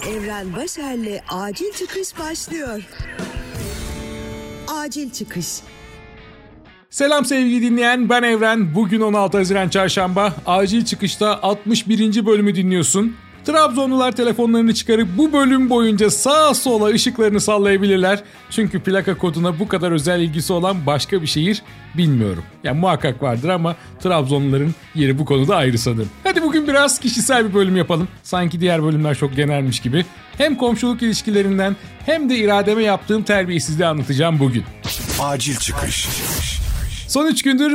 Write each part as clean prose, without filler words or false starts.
Evren Başer'le Acil Çıkış başlıyor. Acil Çıkış. Selam sevgili dinleyen, ben Evren. Bugün 16 Haziran Çarşamba. Acil Çıkış'ta 61. bölümü dinliyorsun. Trabzonlular telefonlarını çıkarıp bu bölüm boyunca sağa sola ışıklarını sallayabilirler. Çünkü plaka koduna bu kadar özel ilgisi olan başka bir şehir bilmiyorum. Yani muhakkak vardır ama Trabzonluların yeri bu konuda ayrı sanırım. Hadi bugün biraz kişisel bir bölüm yapalım. Sanki diğer bölümler çok genelmiş gibi. Hem komşuluk ilişkilerinden hem de irademe yaptığım terbiyesizliği anlatacağım bugün. Acil Çıkış. Son 3 gündür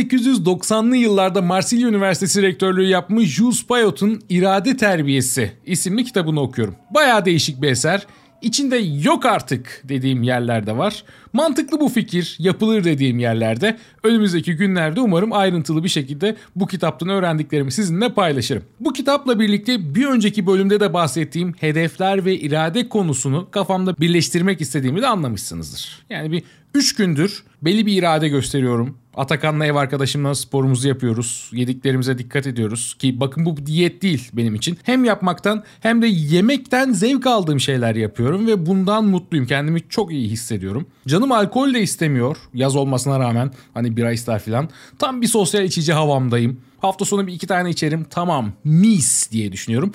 1890'lı yıllarda Marsilya Üniversitesi rektörlüğü yapmış Jules Payot'un İrade Terbiyesi isimli kitabını okuyorum. Bayağı değişik bir eser. İçinde yok artık dediğim yerler de var. Mantıklı bu fikir, yapılır dediğim yerlerde. Önümüzdeki günlerde umarım ayrıntılı bir şekilde bu kitaptan öğrendiklerimi sizinle paylaşırım. Bu kitapla birlikte bir önceki bölümde de bahsettiğim hedefler ve irade konusunu kafamda birleştirmek istediğimi de anlamışsınızdır. Yani bir 3 gündür belli bir irade gösteriyorum. Atakan'la ev arkadaşımla sporumuzu yapıyoruz. Yediklerimize dikkat ediyoruz. Ki bakın bu diyet değil benim için. Hem yapmaktan hem de yemekten zevk aldığım şeyler yapıyorum. Ve bundan mutluyum. Kendimi çok iyi hissediyorum. Canım alkol de istemiyor. Yaz olmasına rağmen hani bira ister falan. Tam bir sosyal içici havamdayım. Hafta sonu bir 2 tane içerim. Tamam mis diye düşünüyorum.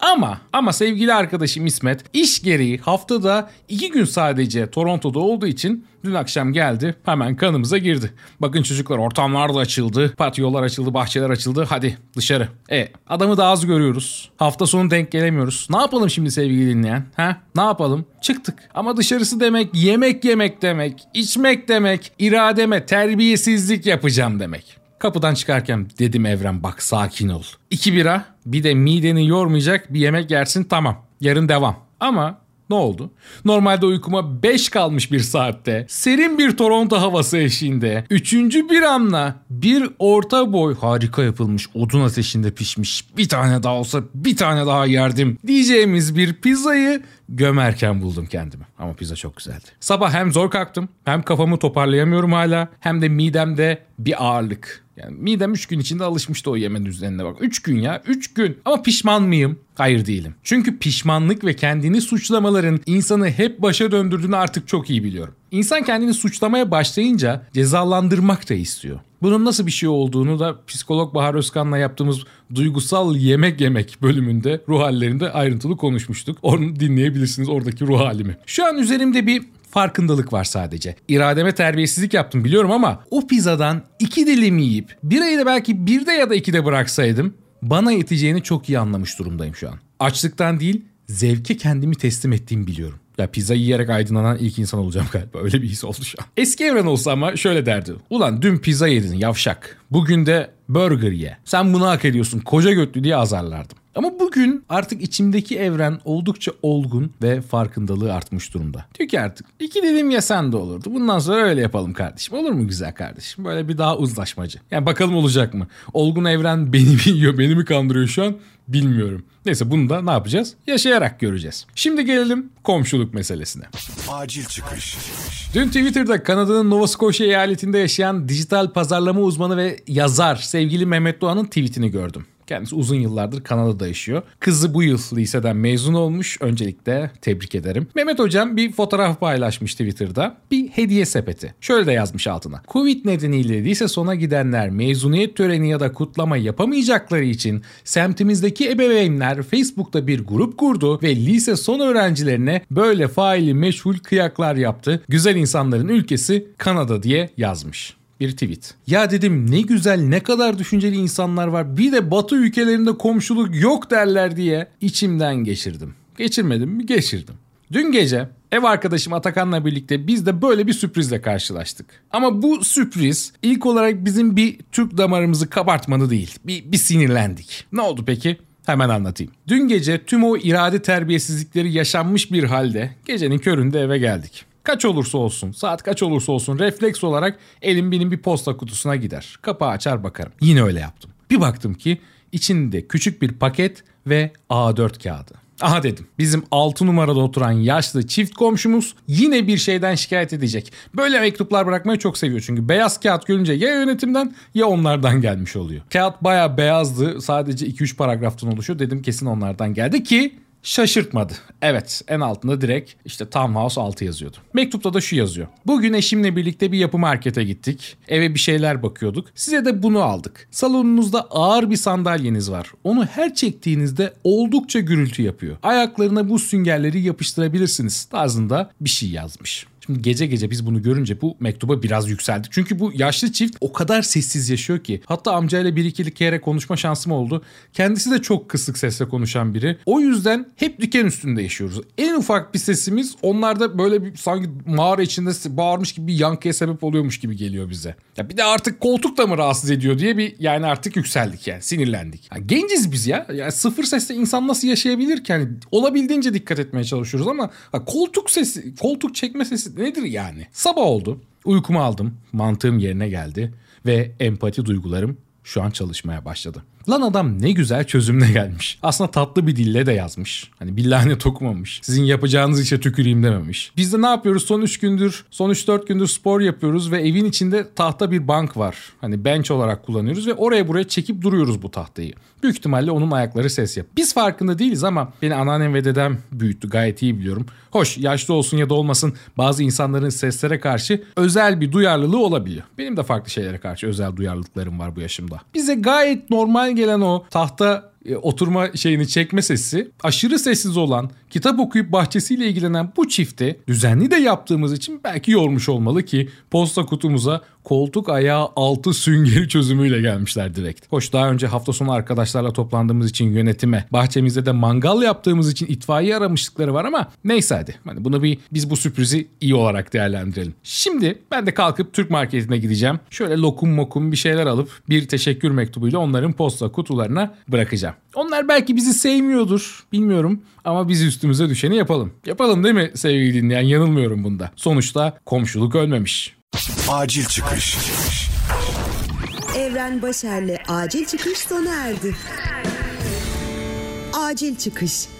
Ama sevgili arkadaşım İsmet iş gereği haftada 2 gün sadece Toronto'da olduğu için dün akşam geldi, hemen kanımıza girdi. Bakın çocuklar, ortamlar da açıldı, patiolar açıldı, bahçeler açıldı, hadi dışarı. Adamı daha az görüyoruz. Hafta sonu denk gelemiyoruz. Ne yapalım şimdi sevgili dinleyen? Ne yapalım? Çıktık. Ama dışarısı demek yemek yemek demek, içmek demek, irademe terbiyesizlik yapacağım demek. Kapıdan çıkarken dedim Evren bak sakin ol. 2 bira bir de mideni yormayacak bir yemek yersin, tamam. Yarın devam. Ama ne oldu? Normalde uykuma 5 kalmış bir saatte serin bir Toronto havası eşiğinde 3. biramla bir orta boy harika yapılmış odun ateşinde pişmiş bir tane daha olsa bir tane daha yerdim diyeceğimiz bir pizzayı gömerken buldum kendimi. Ama pizza çok güzeldi. Sabah hem zor kalktım hem kafamı toparlayamıyorum hala hem de midemde bir ağırlık. Yani midem 3 gün içinde alışmıştı o yemenin üzerine bak. 3 gün ya 3 gün. Ama pişman mıyım? Hayır değilim. Çünkü pişmanlık ve kendini suçlamaların insanı hep başa döndürdüğünü artık çok iyi biliyorum. İnsan kendini suçlamaya başlayınca cezalandırmak da istiyor. Bunun nasıl bir şey olduğunu da psikolog Bahar Özkan'la yaptığımız duygusal yemek bölümünde ruh hallerinde ayrıntılı konuşmuştuk. Onu dinleyebilirsiniz, oradaki ruh halimi. Şu an üzerimde bir farkındalık var sadece. İrademe terbiyesizlik yaptım biliyorum ama o pizzadan 2 dilim yiyip birayı da belki 1'de ya da 2'de bıraksaydım bana yeteceğini çok iyi anlamış durumdayım şu an. Açlıktan değil, zevke kendimi teslim ettiğimi biliyorum. Ya pizza yiyerek aydınlanan ilk insan olacağım galiba. Öyle bir his oldu şu an. Eski Evren olsa ama şöyle derdi. Ulan dün pizza yedin yavşak. Bugün de burger ye. Sen bunu hak ediyorsun koca götlü diye azarlardım. Ama bugün artık içimdeki Evren oldukça olgun ve farkındalığı artmış durumda. Diyor ki artık 2 dilim yesen de olurdu. Bundan sonra öyle yapalım kardeşim. Olur mu güzel kardeşim? Böyle bir daha uzlaşmacı. Yani bakalım olacak mı? Olgun Evren beni mi yiyor, beni mi kandırıyor şu an? Bilmiyorum. Neyse bunu da ne yapacağız? Yaşayarak göreceğiz. Şimdi gelelim komşuluk meselesine. Acil Çıkış. Dün Twitter'da Kanada'nın Nova Scotia eyaletinde yaşayan dijital pazarlama uzmanı ve yazar sevgili Mehmet Doğan'ın tweetini gördüm. Kendisi uzun yıllardır Kanada'da yaşıyor. Kızı bu yıl liseden mezun olmuş. Öncelikle tebrik ederim. Mehmet hocam bir fotoğraf paylaşmış Twitter'da. Bir hediye sepeti. Şöyle de yazmış altına. Covid nedeniyle lise sona gidenler mezuniyet töreni ya da kutlama yapamayacakları için semtimizdeki ebeveynler Facebook'ta bir grup kurdu ve lise son öğrencilerine böyle faili meşhul kıyaklar yaptı. Güzel insanların ülkesi Kanada diye yazmış. Bir tweet. Ya dedim ne güzel ne kadar düşünceli insanlar var. Bir de Batı ülkelerinde komşuluk yok derler diye içimden geçirdim. Geçirmedim mi? Geçirdim. Dün gece ev arkadaşım Atakan'la birlikte biz de böyle bir sürprizle karşılaştık. Ama bu sürpriz ilk olarak bizim bir Türk damarımızı kabartmadı değil. Bir sinirlendik. Ne oldu peki? Hemen anlatayım. Dün gece tüm o irade terbiyesizlikleri yaşanmış bir halde gecenin köründe eve geldik. Kaç olursa olsun, saat kaç olursa olsun refleks olarak elim benim bir posta kutusuna gider. Kapağı açar bakarım. Yine öyle yaptım. Bir baktım ki içinde küçük bir paket ve A4 kağıdı. Aha dedim. Bizim 6 numarada oturan yaşlı çift komşumuz yine bir şeyden şikayet edecek. Böyle mektuplar bırakmayı çok seviyor çünkü beyaz kağıt görünce ya yönetimden ya onlardan gelmiş oluyor. Kağıt bayağı beyazdı. Sadece 2-3 paragraftan oluşuyor. Dedim kesin onlardan geldi ki Şaşırtmadı. Evet, en altında direkt işte Townhouse 6 yazıyordu. Mektupta da şu yazıyor. Bugün eşimle birlikte bir yapı markete gittik. Eve bir şeyler bakıyorduk. Size de bunu aldık. Salonunuzda ağır bir sandalyeniz var. Onu her çektiğinizde oldukça gürültü yapıyor. Ayaklarına bu süngerleri yapıştırabilirsiniz tarzında bir şey yazmış. Şimdi gece gece biz bunu görünce bu mektuba biraz yükseldik. Çünkü bu yaşlı çift o kadar sessiz yaşıyor ki. Hatta amcayla bir iki kere konuşma şansım oldu. Kendisi de çok kısık sesle konuşan biri. O yüzden hep diken üstünde yaşıyoruz. En ufak bir sesimiz onlarda böyle bir sanki mağara içinde bağırmış gibi bir yankıya sebep oluyormuş gibi geliyor bize. Ya bir de artık koltuk da mı rahatsız ediyor diye bir yani artık yükseldik yani sinirlendik. Yani genciz biz ya. Yani sıfır sesle insan nasıl yaşayabilir ki? Yani olabildiğince dikkat etmeye çalışıyoruz ama koltuk sesi, koltuk çekme sesi nedir yani? Sabah oldu. Uykumu aldım. Mantığım yerine geldi. Ve empati duygularım şu an çalışmaya başladı. Lan adam ne güzel çözümle gelmiş. Aslında tatlı bir dille de yazmış. Hani bir lanet okumamış. Sizin yapacağınız işe tüküreyim dememiş. Biz de ne yapıyoruz? Son 3-4 gündür spor yapıyoruz ve evin içinde tahta bir bank var. Hani bench olarak kullanıyoruz ve oraya buraya çekip duruyoruz bu tahtayı. Büyük ihtimalle onun ayakları ses yapıyor. Biz farkında değiliz ama beni anneannem ve dedem büyüttü. Gayet iyi biliyorum. Hoş yaşlı olsun ya da olmasın bazı insanların seslere karşı özel bir duyarlılığı olabiliyor. Benim de farklı şeylere karşı özel duyarlılıklarım var bu yaşımda. Bize gayet normal gelen o tahta oturma şeyini çekme sesi aşırı sessiz olan, kitap okuyup bahçesiyle ilgilenen bu çifte düzenli de yaptığımız için belki yormuş olmalı ki posta kutumuza koltuk ayağı altı süngeri çözümüyle gelmişler direkt. Hoş daha önce hafta sonu arkadaşlarla toplandığımız için yönetime, bahçemizde de mangal yaptığımız için itfaiye aramışlıkları var ama neyse hadi. Hani bunu biz bu sürprizi iyi olarak değerlendirelim. Şimdi ben de kalkıp Türk marketine gideceğim. Şöyle lokum bir şeyler alıp bir teşekkür mektubuyla onların posta kutularına bırakacağım. Onlar belki bizi sevmiyordur, bilmiyorum ama biz üstümüze düşeni yapalım. Yapalım değil mi sevgili dinleyen? Yanılmıyorum bunda. Sonuçta komşuluk ölmemiş. Acil çıkış. Evren Başer'le Acil Çıkış sona erdi. Acil Çıkış.